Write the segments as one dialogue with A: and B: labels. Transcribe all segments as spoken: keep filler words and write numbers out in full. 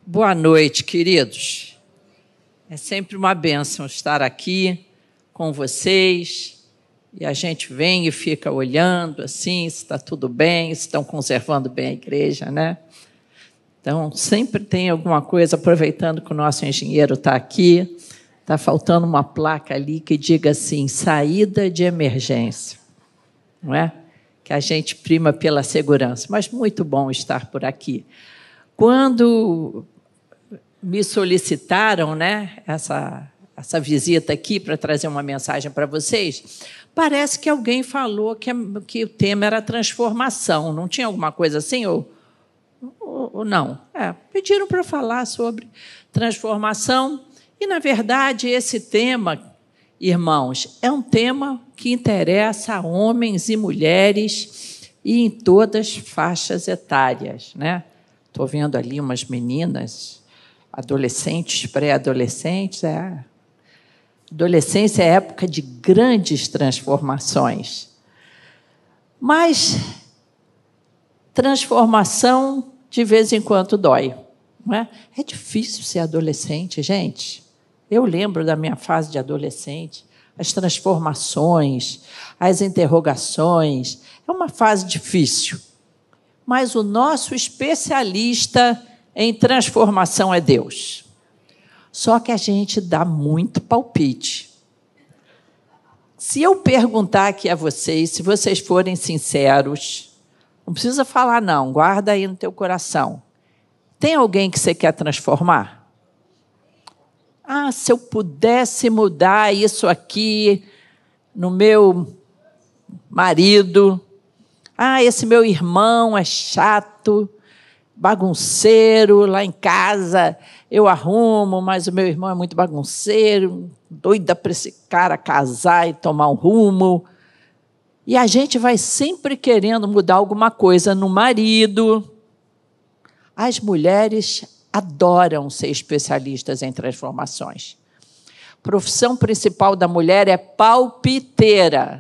A: Boa noite, queridos. É sempre uma bênção estar aqui com vocês e a gente vem e fica olhando assim, se está tudo bem, se estão conservando bem a igreja, né? Então, sempre tem alguma coisa, aproveitando que o nosso engenheiro está aqui, está faltando uma placa ali que diga assim, saída de emergência, não é? Que a gente prima pela segurança, mas muito bom estar por aqui. Quando me solicitaram, né, essa, essa visita aqui para trazer uma mensagem para vocês, parece que alguém falou que, que o tema era transformação. Não tinha alguma coisa assim? Ou, ou, ou não? É, pediram para eu falar sobre transformação. E, na verdade, esse tema, irmãos, é um tema que interessa a homens e mulheres e em todas as faixas etárias, né? Estou vendo ali umas meninas, adolescentes, pré-adolescentes. É. Adolescência é época de grandes transformações. Mas transformação, de vez em quando, dói. Não é? É difícil ser adolescente, gente. Eu lembro da minha fase de adolescente, as transformações, as interrogações. É uma fase difícil. Mas o nosso especialista em transformação é Deus. Só que a gente dá muito palpite. Se eu perguntar aqui a vocês, se vocês forem sinceros, não precisa falar não, guarda aí no teu coração. Tem alguém que você quer transformar? Ah, se eu pudesse mudar isso aqui no meu marido. Ah, esse meu irmão é chato, bagunceiro, lá em casa eu arrumo, mas o meu irmão é muito bagunceiro, doida para esse cara casar e tomar um rumo. E a gente vai sempre querendo mudar alguma coisa no marido. As mulheres adoram ser especialistas em transformações. A profissão principal da mulher é palpiteira.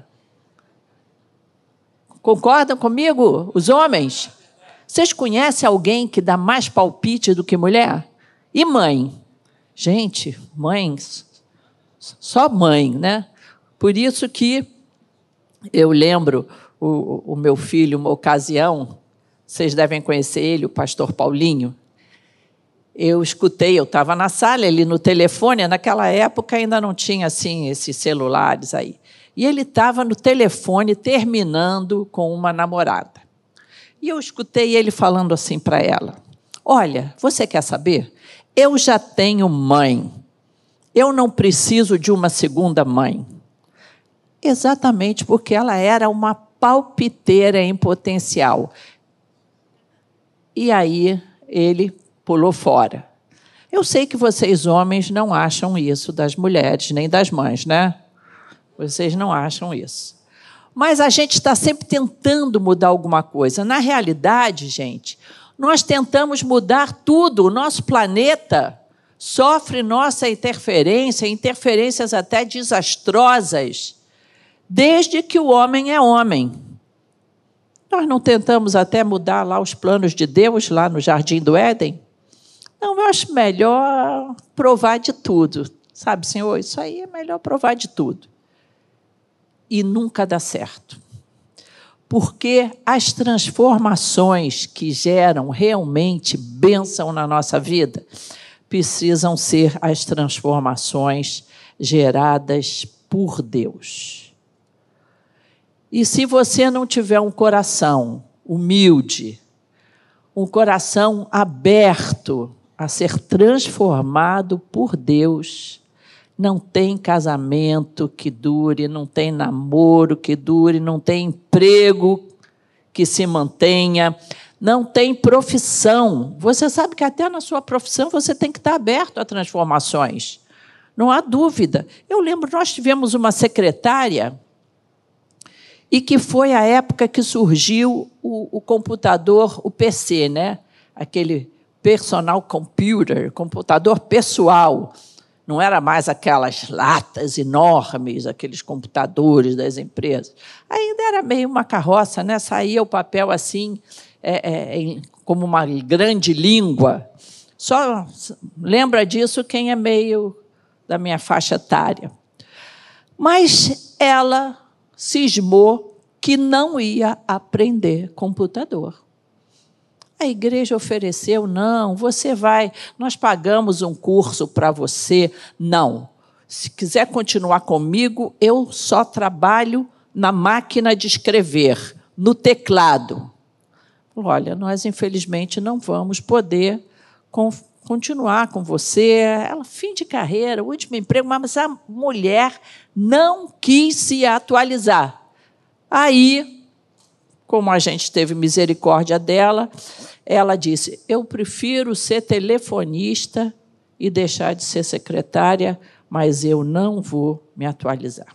A: Concordam comigo, os homens? Vocês conhecem alguém que dá mais palpite do que mulher? E mãe? Gente, mãe, só mãe, né? Por isso que eu lembro o, o meu filho, uma ocasião, vocês devem conhecer ele, o pastor Paulinho. Eu escutei, eu estava na sala, ele no telefone, naquela época ainda não tinha assim, esses celulares aí. E ele estava no telefone terminando com uma namorada. E eu escutei ele falando assim para ela, olha, você quer saber? Eu já tenho mãe. Eu não preciso de uma segunda mãe. Exatamente porque ela era uma palpiteira em potencial. E aí ele pulou fora. Eu sei que vocês, homens, não acham isso das mulheres, nem das mães, né? Vocês não acham isso. Mas a gente está sempre tentando mudar alguma coisa. Na realidade, gente, nós tentamos mudar tudo. O nosso planeta sofre nossa interferência, interferências até desastrosas, desde que o homem é homem. Nós não tentamos até mudar lá os planos de Deus, lá no Jardim do Éden? Não, eu acho melhor provar de tudo. Sabe, Senhor, isso aí é melhor provar de tudo. E nunca dá certo. Porque as transformações que geram realmente bênção na nossa vida precisam ser as transformações geradas por Deus. E se você não tiver um coração humilde, um coração aberto a ser transformado por Deus, não tem casamento que dure, não tem namoro que dure, não tem emprego que se mantenha, não tem profissão. Você sabe que até na sua profissão você tem que estar aberto a transformações. Não há dúvida. Eu lembro, nós tivemos uma secretária e que foi a época que surgiu o, o computador, o P C, né? Aquele personal computer, computador pessoal. Não era mais aquelas latas enormes, aqueles computadores das empresas. Ainda era meio uma carroça, né? Saía o papel assim, é, é, como uma grande língua, Só lembra disso quem é meio da minha faixa etária. Mas ela cismou que não ia aprender computador. A igreja ofereceu, não, você vai, nós pagamos um curso para você. Não, se quiser continuar comigo, eu só trabalho na máquina de escrever, no teclado. Olha, nós, infelizmente, não vamos poder com, continuar com você. Ela, fim de carreira, último emprego, mas a mulher não quis se atualizar. Aí, como a gente teve misericórdia dela, ela disse, eu prefiro ser telefonista e deixar de ser secretária, mas eu não vou me atualizar.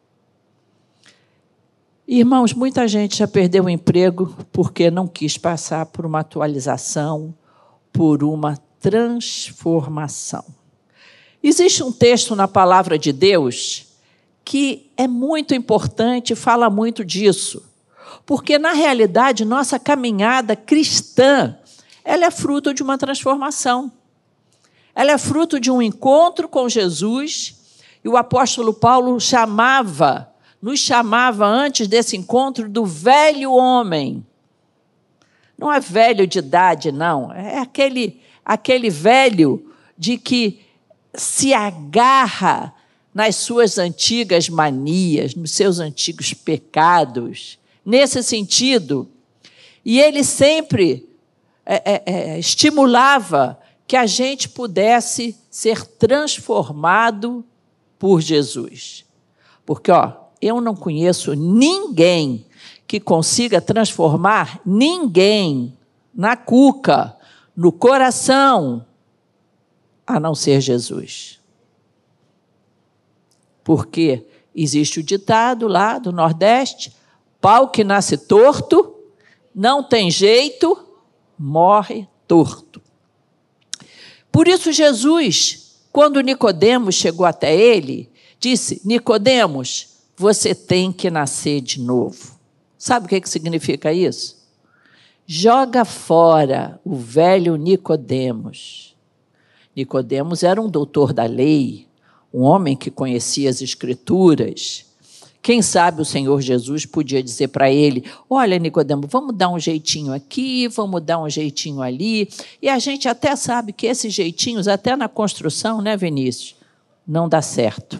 A: Irmãos, muita gente já perdeu o emprego porque não quis passar por uma atualização, por uma transformação. Existe um texto na palavra de Deus que é muito importante e fala muito disso. Porque, na realidade, nossa caminhada cristã, ela é fruto de uma transformação. Ela é fruto de um encontro com Jesus, e o apóstolo Paulo chamava, nos chamava antes desse encontro do velho homem. Não é velho de idade, não. É aquele, aquele velho de que se agarra nas suas antigas manias, nos seus antigos pecados, nesse sentido. E ele sempre é, é, é, estimulava que a gente pudesse ser transformado por Jesus. Porque, ó, eu não conheço ninguém que consiga transformar ninguém na cuca, no coração, a não ser Jesus. Porque existe o ditado lá do Nordeste, pau que nasce torto, não tem jeito, morre torto. Por isso Jesus, quando Nicodemos chegou até ele, disse, Nicodemos, você tem que nascer de novo. Sabe o que significa isso? Joga fora o velho Nicodemos. Nicodemos era um doutor da lei, um homem que conhecia as Escrituras. Quem sabe o Senhor Jesus podia dizer para ele, olha, Nicodemo, vamos dar um jeitinho aqui, vamos dar um jeitinho ali. E a gente até sabe que esses jeitinhos, até na construção, né, Vinícius, não dá certo.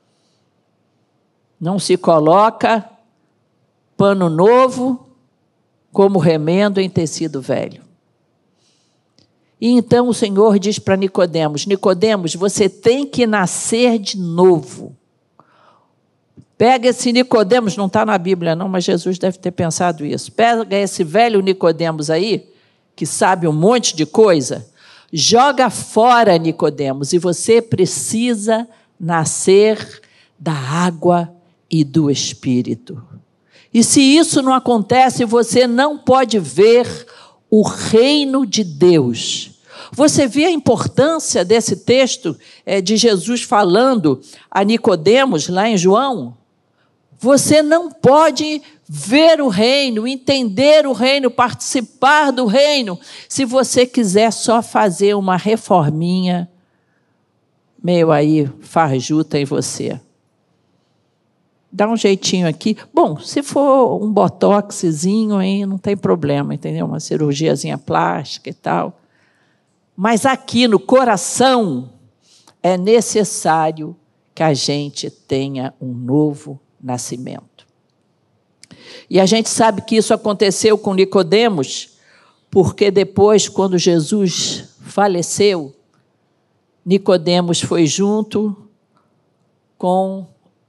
A: Não se coloca pano novo como remendo em tecido velho. E então o Senhor diz para Nicodemos, Nicodemos, você tem que nascer de novo. Pega esse Nicodemos, não está na Bíblia não, mas Jesus deve ter pensado isso. Pega esse velho Nicodemos aí, que sabe um monte de coisa, joga fora Nicodemos, e você precisa nascer da água e do Espírito. E se isso não acontece, você não pode ver o reino de Deus. Você vê a importância desse texto é, de Jesus falando a Nicodemos, lá em João? Você não pode ver o reino, entender o reino, participar do reino, se você quiser só fazer uma reforminha meio aí farjuta em você. Dá um jeitinho aqui. Bom, se for um botoxzinho, aí não tem problema, entendeu? Uma cirurgiazinha plástica e tal. Mas aqui no coração é necessário que a gente tenha um novo nascimento. E a gente sabe que isso aconteceu com Nicodemos, porque depois, quando Jesus faleceu, Nicodemos foi junto com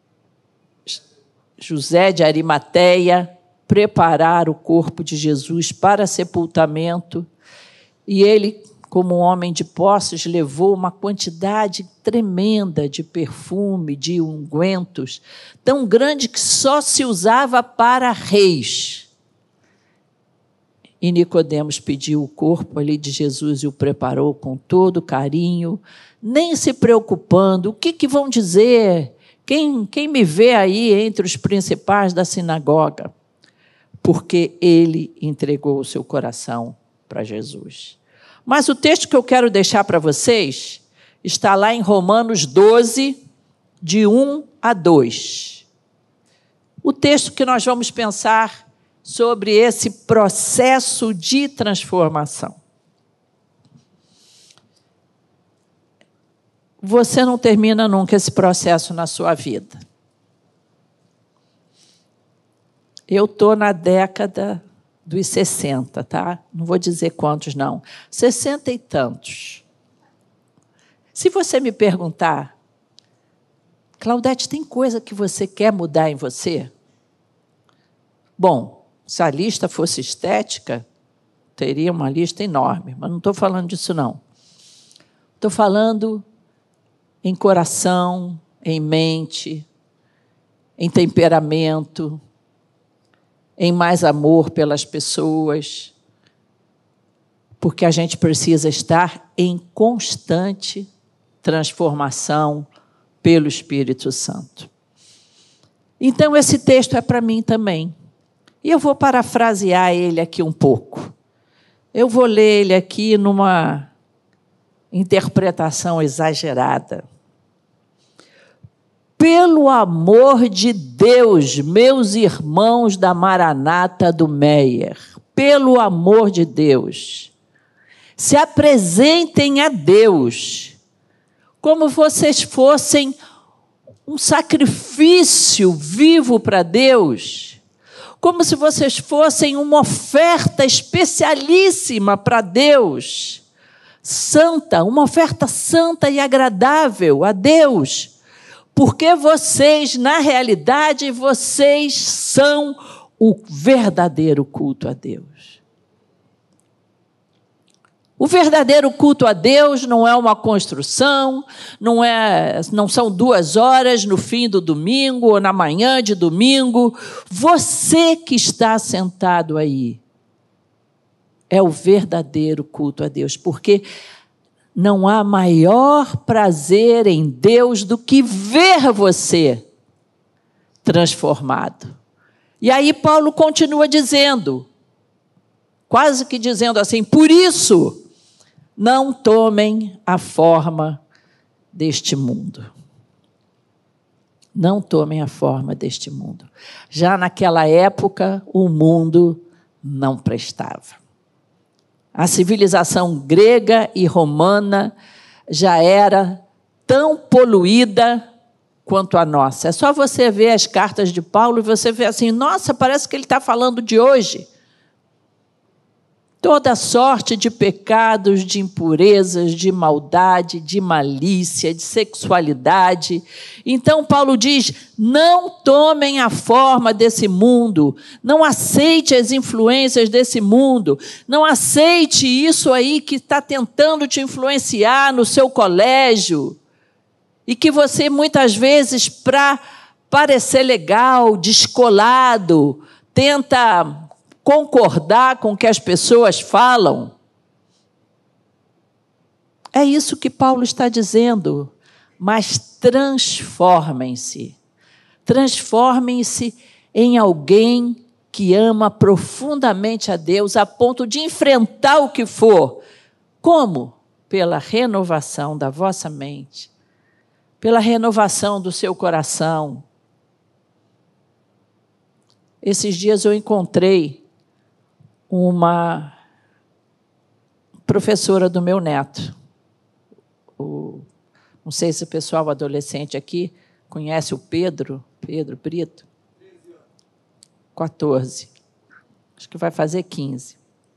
A: José de Arimateia preparar o corpo de Jesus para sepultamento, e ele, como um homem de posses, levou uma quantidade tremenda de perfume, de ungüentos, tão grande que só se usava para reis. E Nicodemos pediu o corpo ali de Jesus e o preparou com todo carinho, nem se preocupando, o que, que vão dizer? Quem, quem me vê aí entre os principais da sinagoga? Porque ele entregou o seu coração para Jesus. Mas o texto que eu quero deixar para vocês está lá em Romanos doze, de um a dois. O texto que nós vamos pensar sobre esse processo de transformação. Você não termina nunca esse processo na sua vida. Eu estou na década dos sessenta, tá? Não vou dizer quantos, não. Sessenta e tantos. Se você me perguntar, Claudete, tem coisa que você quer mudar em você? Bom, se a lista fosse estética, teria uma lista enorme, mas não estou falando disso, não. Estou falando em coração, em mente, em temperamento, em mais amor pelas pessoas, porque a gente precisa estar em constante transformação pelo Espírito Santo. Então, esse texto é para mim também. E eu vou parafrasear ele aqui um pouco. Eu vou ler ele aqui numa interpretação exagerada. Pelo amor de Deus, meus irmãos da Maranata do Meier, pelo amor de Deus, se apresentem a Deus como vocês fossem um sacrifício vivo para Deus, como se vocês fossem uma oferta especialíssima para Deus, santa, uma oferta santa e agradável a Deus, porque vocês, na realidade, vocês são o verdadeiro culto a Deus. O verdadeiro culto a Deus não é uma construção, não, é, não são duas horas no fim do domingo ou na manhã de domingo. Você que está sentado aí é o verdadeiro culto a Deus, porque não há maior prazer em Deus do que ver você transformado. E aí Paulo continua dizendo, quase que dizendo assim, por isso, não tomem a forma deste mundo. Não tomem a forma deste mundo. Já naquela época, o mundo não prestava. A civilização grega e romana já era tão poluída quanto a nossa. É só você ver as cartas de Paulo e você vê assim, nossa, parece que ele está falando de hoje. Toda sorte de pecados, de impurezas, de maldade, de malícia, de sexualidade. Então, Paulo diz, não tomem a forma desse mundo, não aceite as influências desse mundo, não aceite isso aí que está tentando te influenciar no seu colégio e que você, muitas vezes, para parecer legal, descolado, tenta concordar com o que as pessoas falam. É isso que Paulo está dizendo. Mas transformem-se. Transformem-se em alguém que ama profundamente a Deus, a ponto de enfrentar o que for. Como? Pela renovação da vossa mente, pela renovação do seu coração. Esses dias eu encontrei uma professora do meu neto. O, não sei se o pessoal adolescente aqui conhece o Pedro, Pedro Brito. quatorze. Acho que vai fazer quinze.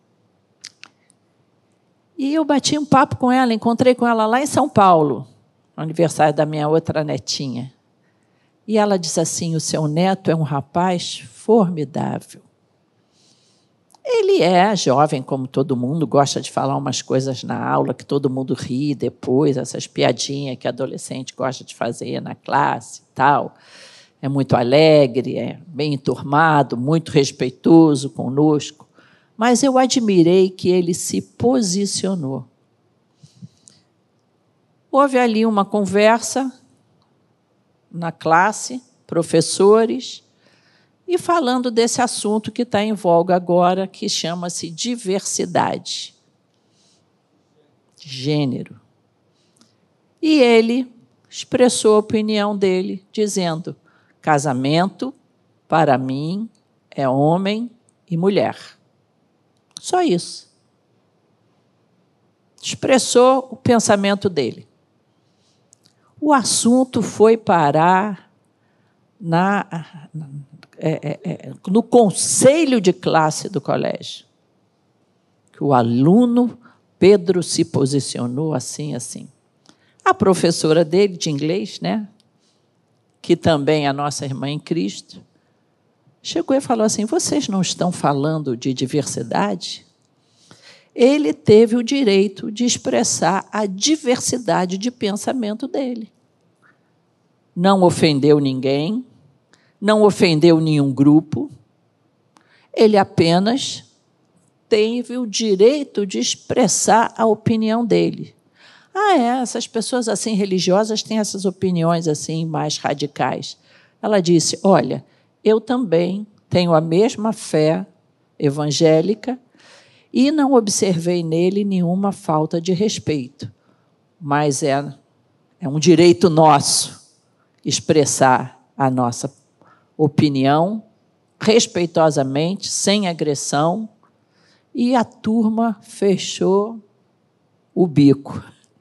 A: E eu bati um papo com ela, encontrei com ela lá em São Paulo, no aniversário da minha outra netinha. E ela disse assim, o seu neto é um rapaz formidável. Ele é jovem, como todo mundo, gosta de falar umas coisas na aula que todo mundo ri depois, essas piadinhas que adolescente gosta de fazer na classe e tal. É muito alegre, é bem enturmado, muito respeitoso conosco. Mas eu admirei que ele se posicionou. Houve ali uma conversa na classe, professores, e falando desse assunto que está em voga agora, que chama-se diversidade. de gênero. E ele expressou a opinião dele, dizendo: casamento, para mim, é homem e mulher. Só isso. Expressou o pensamento dele. O assunto foi parar na, é, é, no conselho de classe do colégio. Que o aluno Pedro se posicionou assim, assim. A professora dele, de inglês, né, que também é a nossa irmã em Cristo, chegou e falou assim: vocês não estão falando de diversidade? Ele teve o direito de expressar a diversidade de pensamento dele. Não ofendeu ninguém, não ofendeu nenhum grupo, ele apenas teve o direito de expressar a opinião dele. Ah, é, essas pessoas assim religiosas têm essas opiniões assim mais radicais. Ela disse: olha, eu também tenho a mesma fé evangélica e não observei nele nenhuma falta de respeito, mas é, é um direito nosso expressar a nossa opinião respeitosamente, sem agressão, e a turma fechou o bico.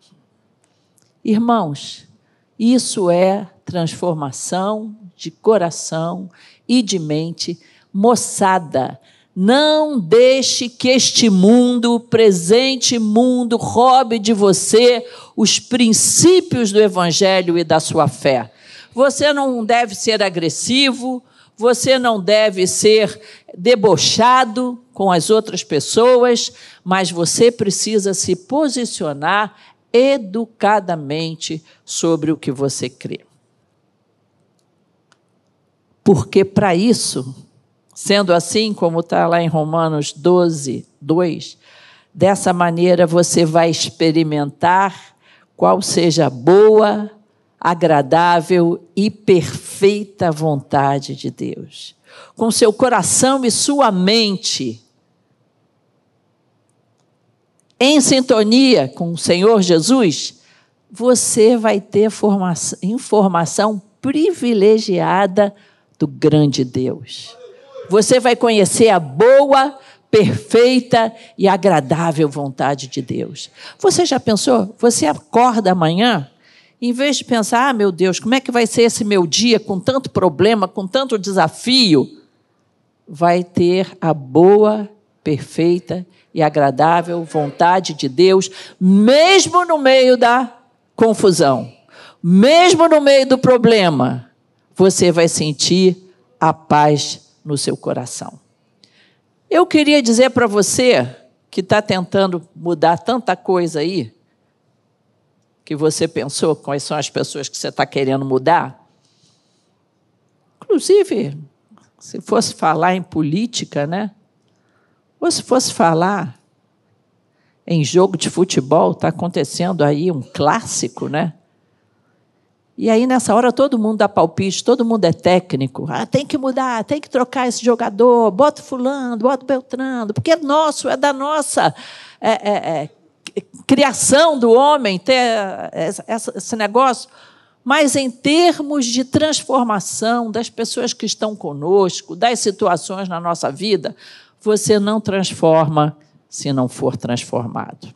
A: Irmãos, isso é transformação de coração e de mente. Moçada, não deixe que este mundo, o presente mundo, roube de você os princípios do Evangelho e da sua fé. Você não deve ser agressivo, você não deve ser debochado com as outras pessoas, mas você precisa se posicionar educadamente sobre o que você crê. Porque, para isso, sendo assim, como está lá em Romanos doze, dois, dessa maneira você vai experimentar qual seja a boa, agradável e perfeita vontade de Deus. Com seu coração e sua mente em sintonia com o Senhor Jesus, você vai ter formação, informação privilegiada do grande Deus. Você vai conhecer a boa, perfeita e agradável vontade de Deus. Você já pensou? Você acorda amanhã, em vez de pensar: ah, meu Deus, como é que vai ser esse meu dia com tanto problema, com tanto desafio? Vai ter a boa, perfeita e agradável vontade de Deus, mesmo no meio da confusão, mesmo no meio do problema, você vai sentir a paz no seu coração. Eu queria dizer para você que está tentando mudar tanta coisa aí, que você pensou quais são as pessoas que você está querendo mudar, inclusive, se fosse falar em política, né? Ou se fosse falar em jogo de futebol, está acontecendo aí um clássico, né? E aí, nessa hora, todo mundo dá palpite, todo mundo é técnico. Ah, tem que mudar, tem que trocar esse jogador, bota fulano, bota Beltrano, porque é nosso, é da nossa é, é, é, criação do homem ter esse negócio. Mas, em termos de transformação das pessoas que estão conosco, das situações na nossa vida, você não transforma se não for transformado.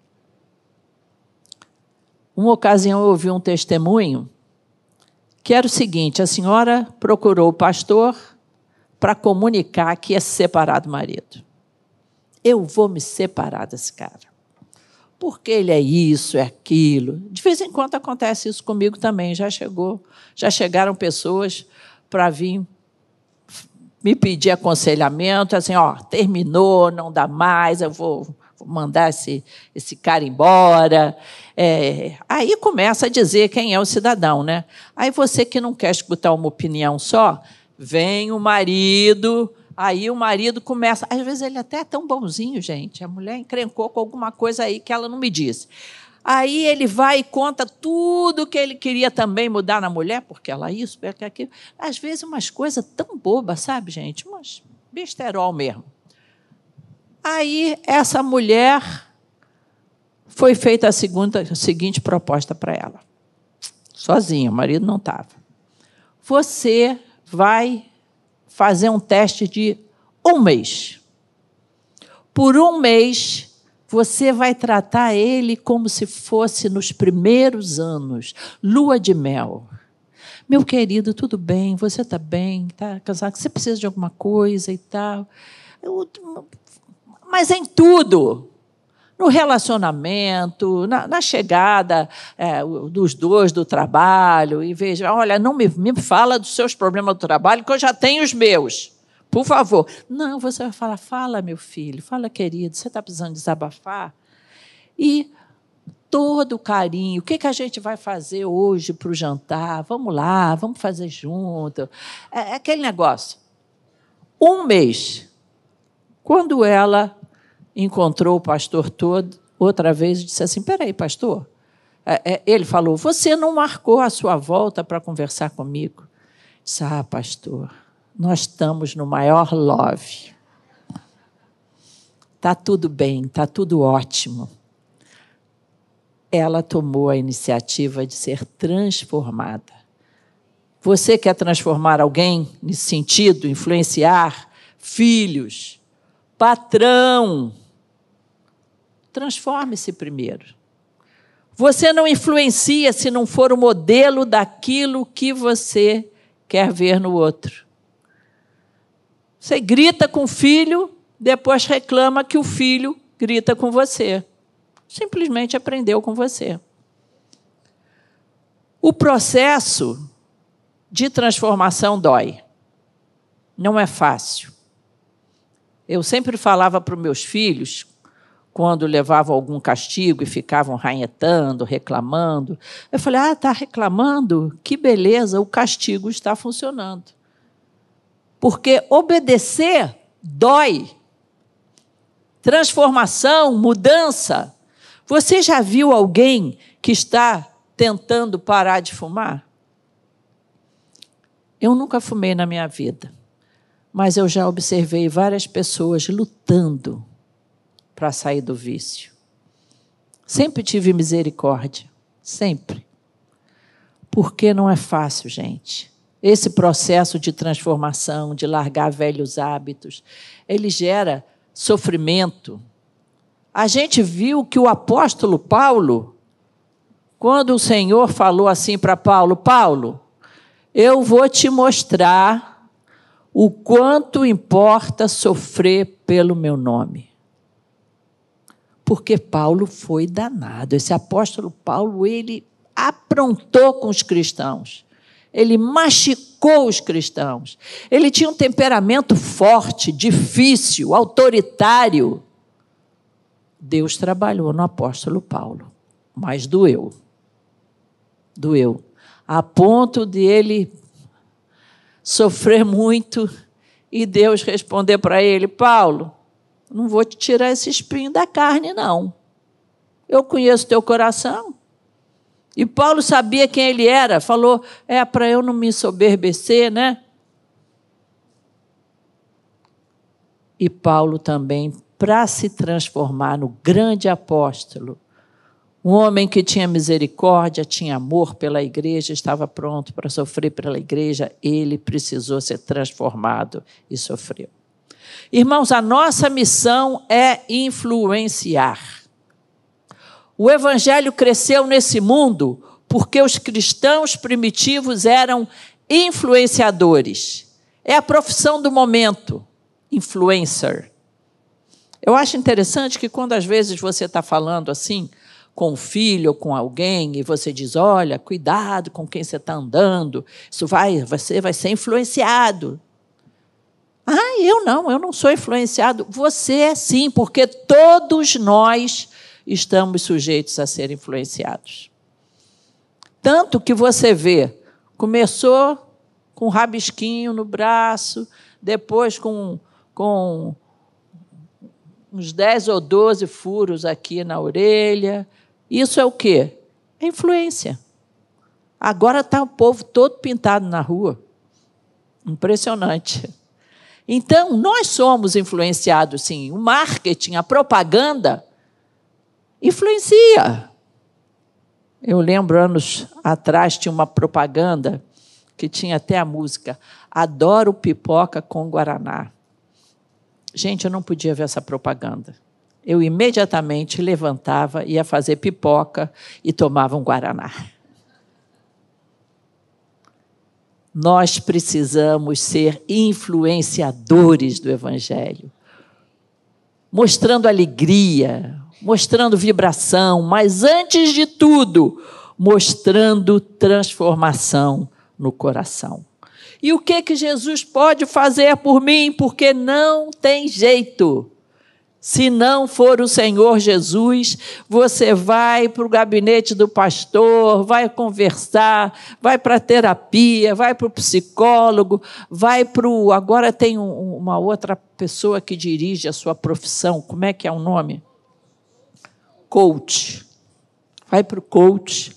A: Uma ocasião eu ouvi um testemunho que era o seguinte: a senhora procurou o pastor para comunicar que ia se separar do marido. Eu vou me separar desse cara, porque ele é isso, é aquilo. De vez em quando acontece isso comigo também. Já chegou, já chegaram pessoas para vir me pedir aconselhamento, assim, ó, terminou, não dá mais, eu vou, vou mandar esse, esse cara embora. É, aí começa a dizer quem é o cidadão, né? Aí você que não quer escutar uma opinião só, vem o marido, aí o marido começa, às vezes ele até é tão bonzinho, gente, a mulher encrencou com alguma coisa aí que ela não me disse. Aí ele vai e conta tudo que ele queria também mudar na mulher, porque ela isso, porque aquilo. Às vezes umas coisas tão bobas, sabe, gente? Umas besterol mesmo. Aí essa mulher foi feita a, segunda, a seguinte proposta para ela. Sozinha, o marido não estava. Você vai fazer um teste de um mês. Por um mês, você vai tratar ele como se fosse nos primeiros anos, lua de mel. Meu querido, tudo bem, você está bem, está casado, você precisa de alguma coisa e tal. Eu, mas em tudo, no relacionamento, na, na chegada é, dos dois do trabalho, e veja, olha, não me, me fala dos seus problemas do trabalho, que eu já tenho os meus. Por favor. Não, você vai falar, fala, meu filho, fala, querido, você está precisando desabafar? E todo o carinho, o que, que a gente vai fazer hoje para o jantar? Vamos lá, vamos fazer junto. É, é aquele negócio. Um mês, quando ela encontrou o pastor todo, outra vez, disse assim, peraí, pastor. É, é, ele falou, você não marcou a sua volta para conversar comigo? Disse, ah, pastor, nós estamos no maior love. Está tudo bem, está tudo ótimo. Ela tomou a iniciativa de ser transformada. Você quer transformar alguém nesse sentido, influenciar filhos, patrão? Transforme-se primeiro. Você não influencia se não for o modelo daquilo que você quer ver no outro. Você grita com o filho, depois reclama que o filho grita com você. Simplesmente aprendeu com você. O processo de transformação dói. Não é fácil. Eu sempre falava para os meus filhos, quando levavam algum castigo e ficavam ranhetando, reclamando, eu falei, ah, está reclamando? Que beleza, o castigo está funcionando. Porque obedecer dói. Transformação, mudança. Você já viu alguém que está tentando parar de fumar? Eu nunca fumei na minha vida, mas eu já observei várias pessoas lutando para sair do vício. Sempre tive misericórdia, sempre. Porque não é fácil, gente. Esse processo de transformação, de largar velhos hábitos, ele gera sofrimento. A gente viu que o apóstolo Paulo, quando o Senhor falou assim para Paulo, Paulo, eu vou te mostrar o quanto importa sofrer pelo meu nome. Porque Paulo foi danado. Esse apóstolo Paulo, ele aprontou com os cristãos. Ele machucou os cristãos. Ele tinha um temperamento forte, difícil, autoritário. Deus trabalhou no apóstolo Paulo, mas doeu. Doeu. A ponto de ele sofrer muito e Deus responder para ele, Paulo, não vou te tirar esse espinho da carne, não. Eu conheço teu coração. E Paulo sabia quem ele era, falou, é para eu não me ensoberbecer, né? E Paulo também, para se transformar no grande apóstolo, um homem que tinha misericórdia, tinha amor pela igreja, estava pronto para sofrer pela igreja, ele precisou ser transformado e sofreu. Irmãos, a nossa missão é influenciar. O evangelho cresceu nesse mundo porque os cristãos primitivos eram influenciadores. É a profissão do momento, influencer. Eu acho interessante que quando às vezes você está falando assim com um filho ou com alguém e você diz, olha, cuidado com quem você está andando, isso vai, você vai ser influenciado. Ah, eu não, eu não sou influenciado. Você é sim, porque todos nós estamos sujeitos a ser influenciados. Tanto que você vê, começou com um rabisquinho no braço, depois com, com uns dez ou doze furos aqui na orelha. Isso é o quê? É influência. Agora está o povo todo pintado na rua. Impressionante. Então, nós somos influenciados, sim. O marketing, a propaganda, Influencia. Eu lembro, anos atrás, tinha uma propaganda que tinha até a música Adoro pipoca com guaraná. Gente, eu não podia ver essa propaganda. Eu imediatamente levantava, ia fazer pipoca e tomava um guaraná. Nós precisamos ser influenciadores do Evangelho, mostrando alegria, mostrando vibração, mas, antes de tudo, mostrando transformação no coração. E o que, que Jesus pode fazer por mim? Porque não tem jeito. Se não for o Senhor Jesus, você vai para o gabinete do pastor, vai conversar, vai para a terapia, vai para o psicólogo, vai para o... Agora tem um, uma outra pessoa que dirige a sua profissão. Como é que é o nome? Coach. Vai para o coach.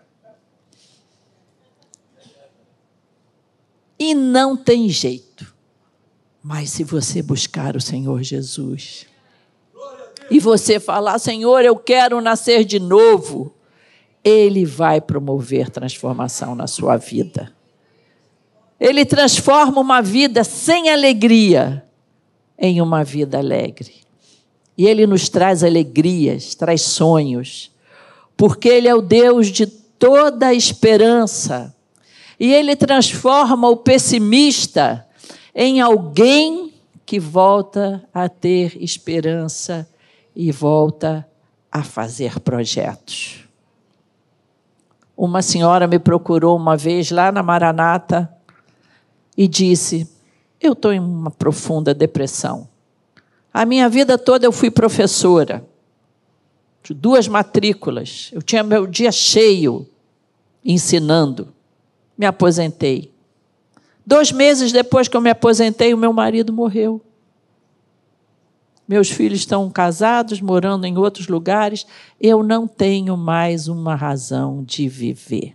A: E não tem jeito. Mas se você buscar o Senhor Jesus e você falar, Senhor, eu quero nascer de novo, Ele vai promover transformação na sua vida. Ele transforma uma vida sem alegria em uma vida alegre. E Ele nos traz alegrias, traz sonhos, porque Ele é o Deus de toda a esperança. E Ele transforma o pessimista em alguém que volta a ter esperança e volta a fazer projetos. Uma senhora me procurou uma vez lá na Maranata e disse, eu estou em uma profunda depressão. A minha vida toda eu fui professora, de duas matrículas, eu tinha meu dia cheio ensinando. Me aposentei. Dois meses depois que eu me aposentei, o meu marido morreu. Meus filhos estão casados, morando em outros lugares. Eu não tenho mais uma razão de viver.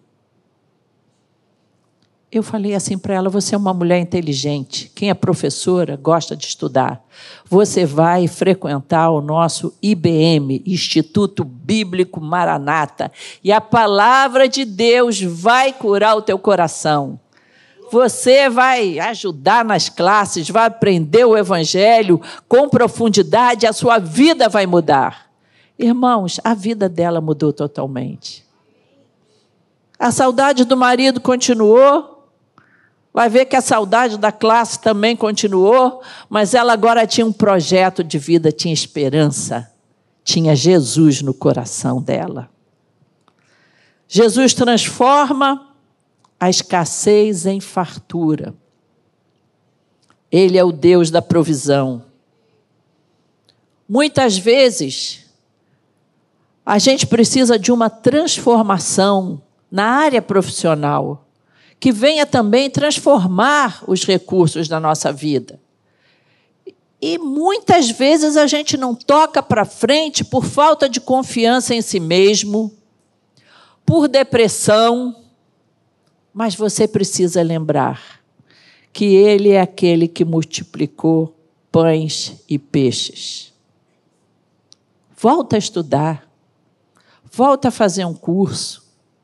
A: Eu falei assim para ela, você é uma mulher inteligente. Quem é professora gosta de estudar. Você vai frequentar o nosso I B M, Instituto Bíblico Maranata, e a palavra de Deus vai curar o teu coração. Você vai ajudar nas classes, vai aprender o Evangelho com profundidade, a sua vida vai mudar. Irmãos, a vida dela mudou totalmente. A saudade do marido continuou, vai ver que a saudade da classe também continuou, mas ela agora tinha um projeto de vida, tinha esperança, tinha Jesus no coração dela. Jesus transforma a escassez em fartura. Ele é o Deus da provisão. Muitas vezes, a gente precisa de uma transformação na área profissional, que venha também transformar os recursos da nossa vida. E muitas vezes a gente não toca para frente por falta de confiança em si mesmo, por depressão, mas você precisa lembrar que Ele é aquele que multiplicou pães e peixes. Volta a estudar, volta a fazer um curso.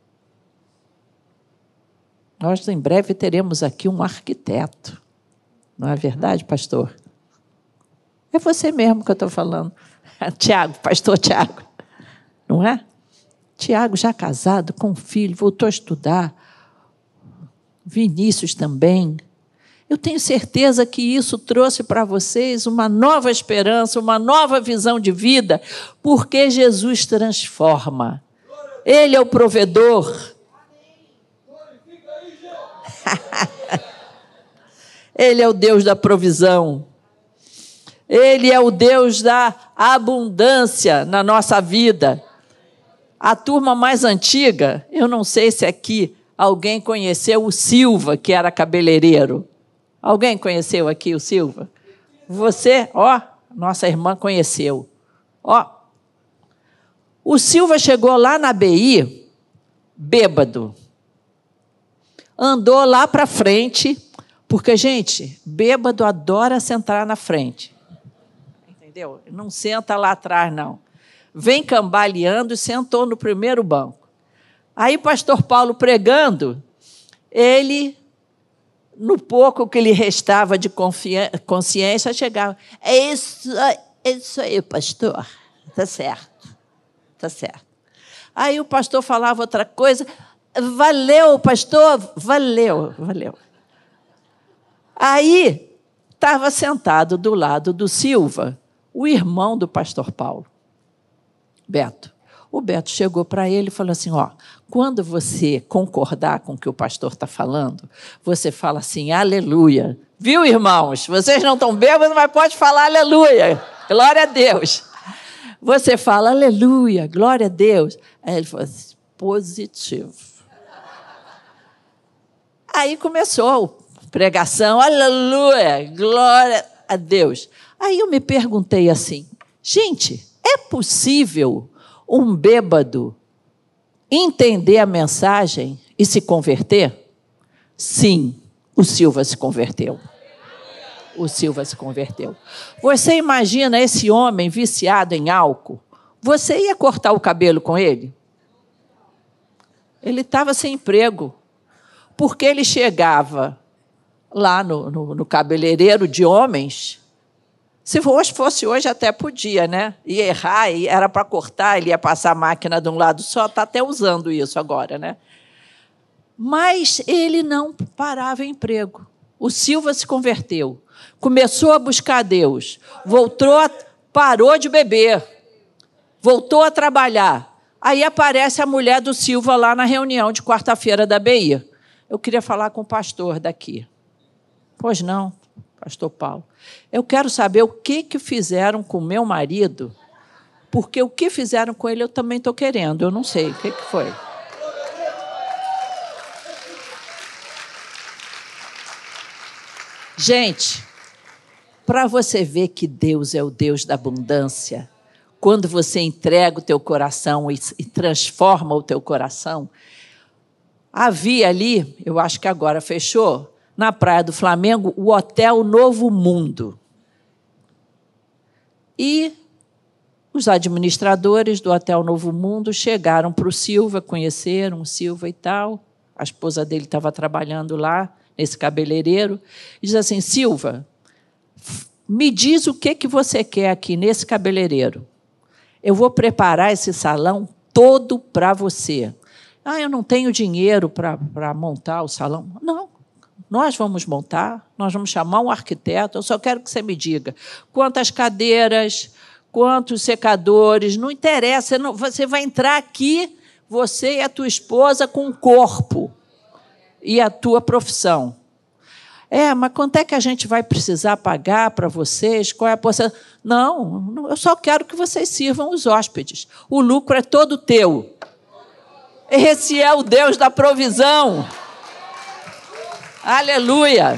A: Nós, em breve, teremos aqui um arquiteto. Não é verdade, pastor? É você mesmo que eu estou falando. Tiago, pastor Tiago. Não é? Tiago, já casado, com um filho, voltou a estudar. Vinícius também. Eu tenho certeza que isso trouxe para vocês uma nova esperança, uma nova visão de vida, porque Jesus transforma. Ele é o provedor. Ele é o Deus da provisão. Ele é o Deus da abundância na nossa vida. A turma mais antiga, eu não sei se aqui alguém conheceu o Silva, que era cabeleireiro. Alguém conheceu aqui o Silva? Você, ó, nossa irmã conheceu. Ó, o Silva chegou lá na B I, bêbado. Andou lá para frente, porque, gente, bêbado adora sentar na frente. Entendeu? Não senta lá atrás, não. vem cambaleando e sentou no primeiro banco. Aí o pastor Paulo pregando, ele, no pouco que lhe restava de consciência, chegava. É isso, é isso aí, pastor. Está certo, está certo. Aí o pastor falava outra coisa. Valeu, pastor, valeu, valeu. Aí estava sentado do lado do Silva, o irmão do pastor Paulo, Beto. O Beto chegou para ele e falou assim, ó, quando você concordar com o que o pastor está falando, você fala assim, aleluia. Viu, irmãos? Vocês não estão bêbados, mas pode falar aleluia. Glória a Deus. Você fala aleluia, glória a Deus. Aí ele falou assim, positivo. Aí começou a pregação, aleluia, glória a Deus. Aí eu me perguntei assim, gente, é possível um bêbado entender a mensagem e se converter? Sim, o Silva se converteu. O Silva se converteu. Você imagina esse homem viciado em álcool? Você ia cortar o cabelo com ele? Ele estava sem emprego, porque ele chegava lá no, no, no cabeleireiro de homens. Se hoje fosse hoje, até podia, né? Ia errar, era para cortar, ele ia passar a máquina de um lado só, está até usando isso agora, né? Mas ele não parava em emprego. O Silva se converteu, começou a buscar Deus, voltou a, parou de beber, voltou a trabalhar. Aí aparece a mulher do Silva lá na reunião de quarta-feira da B I. Eu queria falar com o pastor daqui. Pois não, pastor Paulo. Eu quero saber o que, que fizeram com o meu marido, porque o que fizeram com ele eu também estou querendo, eu não sei o que, que foi. Gente, para você ver que Deus é o Deus da abundância, quando você entrega o teu coração e, e transforma o teu coração, havia ali, eu acho que agora fechou, na Praia do Flamengo, o Hotel Novo Mundo. E os administradores do Hotel Novo Mundo chegaram para o Silva, conheceram o Silva e tal, a esposa dele estava trabalhando lá, nesse cabeleireiro, e diz assim, Silva, me diz o que, que você quer aqui nesse cabeleireiro. Eu vou preparar esse salão todo para você. Ah, eu não tenho dinheiro para montar o salão. Não, nós vamos montar, nós vamos chamar um arquiteto, eu só quero que você me diga quantas cadeiras, quantos secadores, não interessa, não, você vai entrar aqui, você e a tua esposa, com o corpo e a tua profissão. É, mas quanto é que a gente vai precisar pagar para vocês? Qual é a porcentagem? Não, eu só quero que vocês sirvam os hóspedes. O lucro é todo teu. Esse é o Deus da provisão. Aleluia.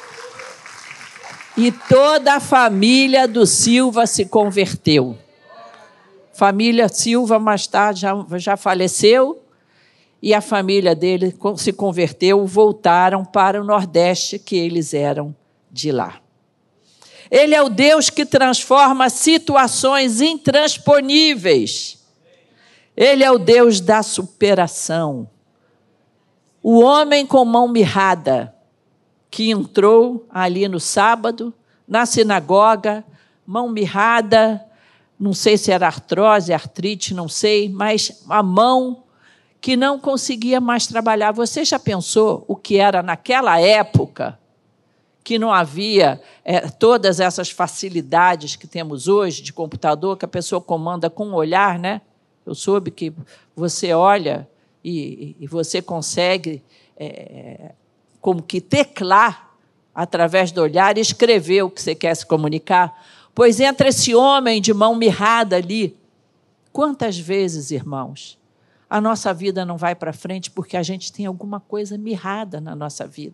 A: E toda a família do Silva se converteu. Família Silva, mais tarde, já, já faleceu, e a família dele se converteu, voltaram para o Nordeste, que eles eram de lá. Ele é o Deus que transforma situações intransponíveis. Ele é o Deus da superação. O homem com mão mirrada, que entrou ali no sábado, na sinagoga, mão mirrada, não sei se era artrose, artrite, não sei, mas a mão que não conseguia mais trabalhar. Você já pensou o que era naquela época, que não havia é, todas essas facilidades que temos hoje de computador, que a pessoa comanda com o olhar, né? Eu soube que você olha e, e você consegue, é, como que teclar através do olhar e escrever o que você quer se comunicar. Pois entre esse homem de mão mirrada ali, quantas vezes, irmãos, a nossa vida não vai para frente porque a gente tem alguma coisa mirrada na nossa vida.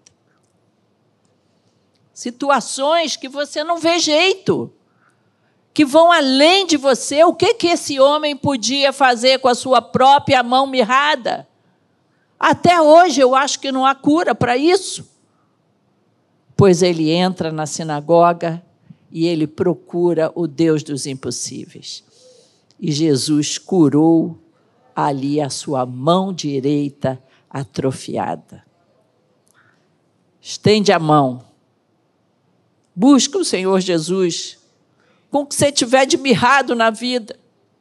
A: Situações que você não vê jeito, que vão além de você. O que, que esse homem podia fazer com a sua própria mão mirrada? Até hoje eu acho que não há cura para isso. Pois ele entra na sinagoga e ele procura o Deus dos impossíveis. e Jesus curou ali a sua mão direita atrofiada. Estende a mão. Busca o Senhor Jesus com o que você tiver de mirrado na vida.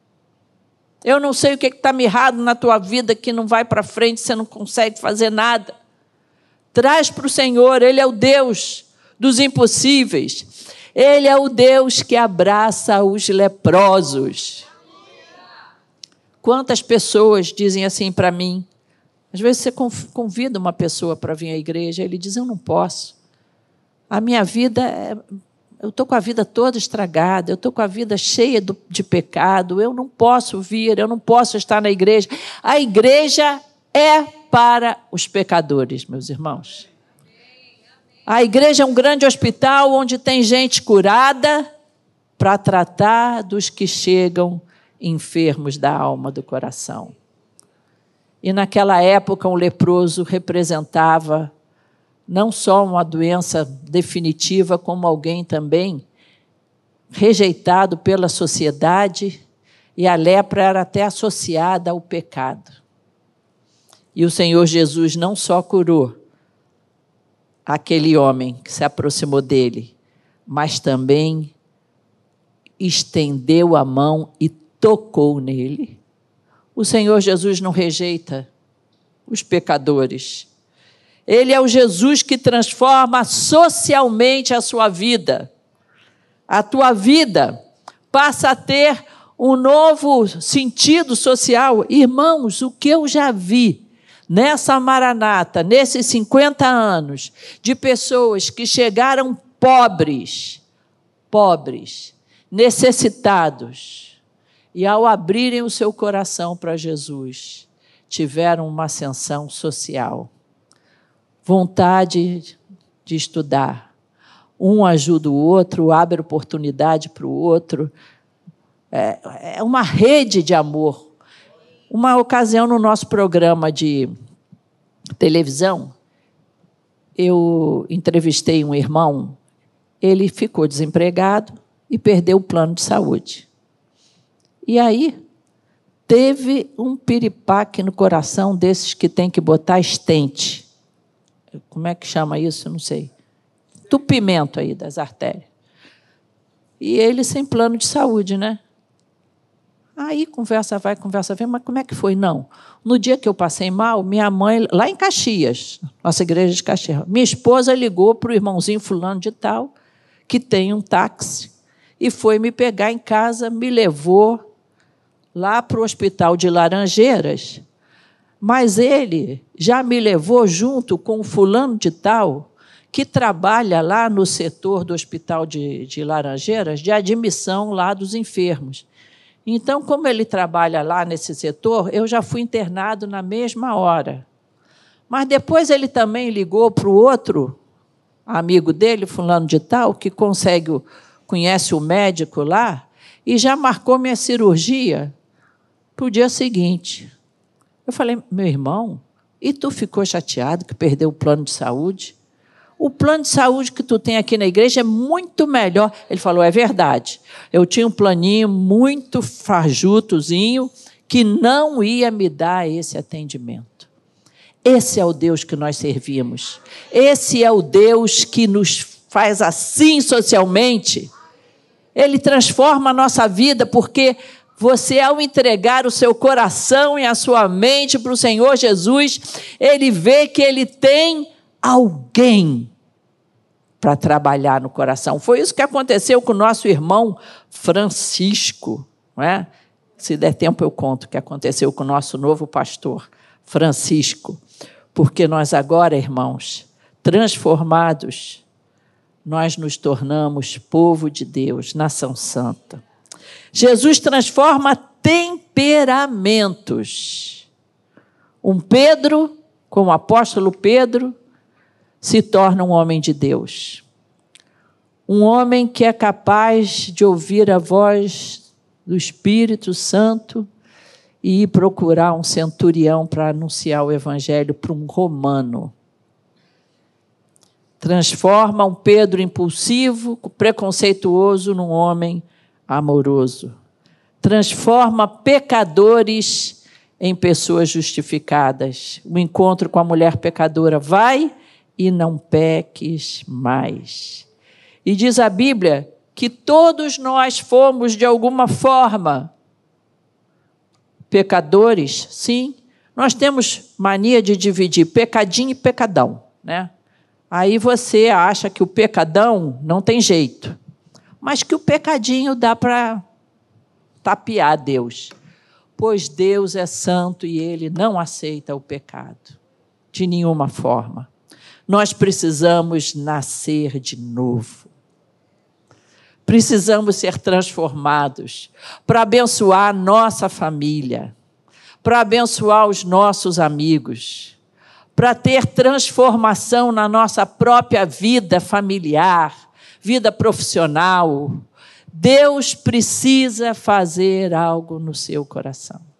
A: Eu não sei o que está mirrado na tua vida que não vai para frente, você não consegue fazer nada. Traz para o Senhor, Ele é o Deus dos impossíveis. Ele é o Deus que abraça os leprosos. Quantas pessoas dizem assim para mim? Às vezes você convida uma pessoa para vir à igreja, ele diz, eu não posso. A minha vida, é... eu estou com a vida toda estragada, eu estou com a vida cheia de pecado, eu não posso vir, eu não posso estar na igreja. A igreja é para os pecadores, meus irmãos. A igreja é um grande hospital onde tem gente curada para tratar dos que chegam enfermos da alma, do coração. E naquela época, um leproso representava não só uma doença definitiva, como alguém também rejeitado pela sociedade, e a lepra era até associada ao pecado. E o Senhor Jesus não só curou aquele homem que se aproximou dele, mas também estendeu a mão e tocou nele. O Senhor Jesus não rejeita os pecadores. Ele é o Jesus que transforma socialmente a sua vida. A tua vida passa a ter um novo sentido social. Irmãos, o que eu já vi nessa Maranata, nesses cinquenta anos, de pessoas que chegaram pobres, pobres, necessitados, e ao abrirem o seu coração para Jesus, tiveram uma ascensão social. Vontade de estudar. Um ajuda o outro, abre oportunidade para o outro. É, é uma rede de amor. Uma ocasião, no nosso programa de televisão, eu entrevistei um irmão, ele ficou desempregado e perdeu o plano de saúde. E aí, teve um piripaque no coração desses que tem que botar estente. Como é que chama isso? Eu não sei. Entupimento aí das artérias. E ele sem plano de saúde, né? Aí conversa vai, conversa vem, mas como é que foi? Não. No dia que eu passei mal, minha mãe, lá em Caxias, nossa igreja de Caxias, minha esposa ligou para o irmãozinho fulano de tal, que tem um táxi, e foi me pegar em casa, me levou lá para o hospital de Laranjeiras, mas ele já me levou junto com o fulano de tal, que trabalha lá no setor do hospital de, de Laranjeiras, de admissão lá dos enfermos. Então, como ele trabalha lá nesse setor, eu já fui internado na mesma hora. Mas depois ele também ligou para o outro amigo dele, fulano de tal, que consegue, conhece o médico lá, e já marcou minha cirurgia para o dia seguinte. Eu falei, meu irmão, e tu ficou chateado que perdeu o plano de saúde? O plano de saúde que tu tem aqui na igreja é muito melhor. Ele falou, é verdade. Eu tinha um planinho muito fajutozinho que não ia me dar esse atendimento. Esse é o Deus que nós servimos. Esse é o Deus que nos faz assim socialmente. Ele transforma a nossa vida, porque você, ao entregar o seu coração e a sua mente para o Senhor Jesus, Ele vê que Ele tem alguém para trabalhar no coração. Foi isso que aconteceu com o nosso irmão Francisco. Não é? Se der tempo eu conto o que aconteceu com o nosso novo pastor, Francisco. Porque nós agora, irmãos, transformados, nós nos tornamos povo de Deus, nação santa. Jesus transforma temperamentos. Um Pedro, como o apóstolo Pedro, se torna um homem de Deus. Um homem que é capaz de ouvir a voz do Espírito Santo e ir procurar um centurião para anunciar o evangelho para um romano. Transforma um Pedro impulsivo, preconceituoso, num homem amoroso. transforma pecadores em pessoas justificadas. O encontro com a mulher pecadora, vai e não peques mais. E diz a Bíblia que todos nós fomos, de alguma forma, pecadores, sim. Nós temos mania de dividir pecadinho e pecadão, né? Aí você acha que o pecadão não tem jeito, mas que o pecadinho dá para tapear Deus. Pois Deus é santo e Ele não aceita o pecado, de nenhuma forma. Nós precisamos nascer de novo. Precisamos ser transformados para abençoar a nossa família, para abençoar os nossos amigos, para ter transformação na nossa própria vida familiar, vida profissional. Deus precisa fazer algo no seu coração.